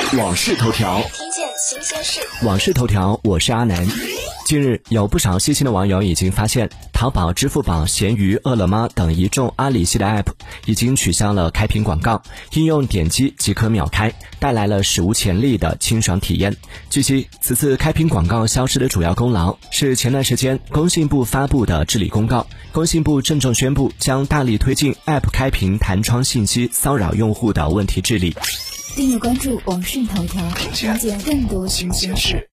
网视头条， 听见新鲜事。 网视头条，我是阿南。近日，有不少细心的网友已经发现，淘宝、支付宝、闲鱼、饿了么等一众阿里系的 App 已经取消了开屏广告，应用点击即可秒开，带来了史无前例的清爽体验。据悉，此次开屏广告消失的主要功劳是前段时间工信部发布的治理公告。工信部郑重宣布，将大力推进 App 开屏弹窗信息骚扰用户的问题治理。 订阅关注网视头条，了解更多新鲜事。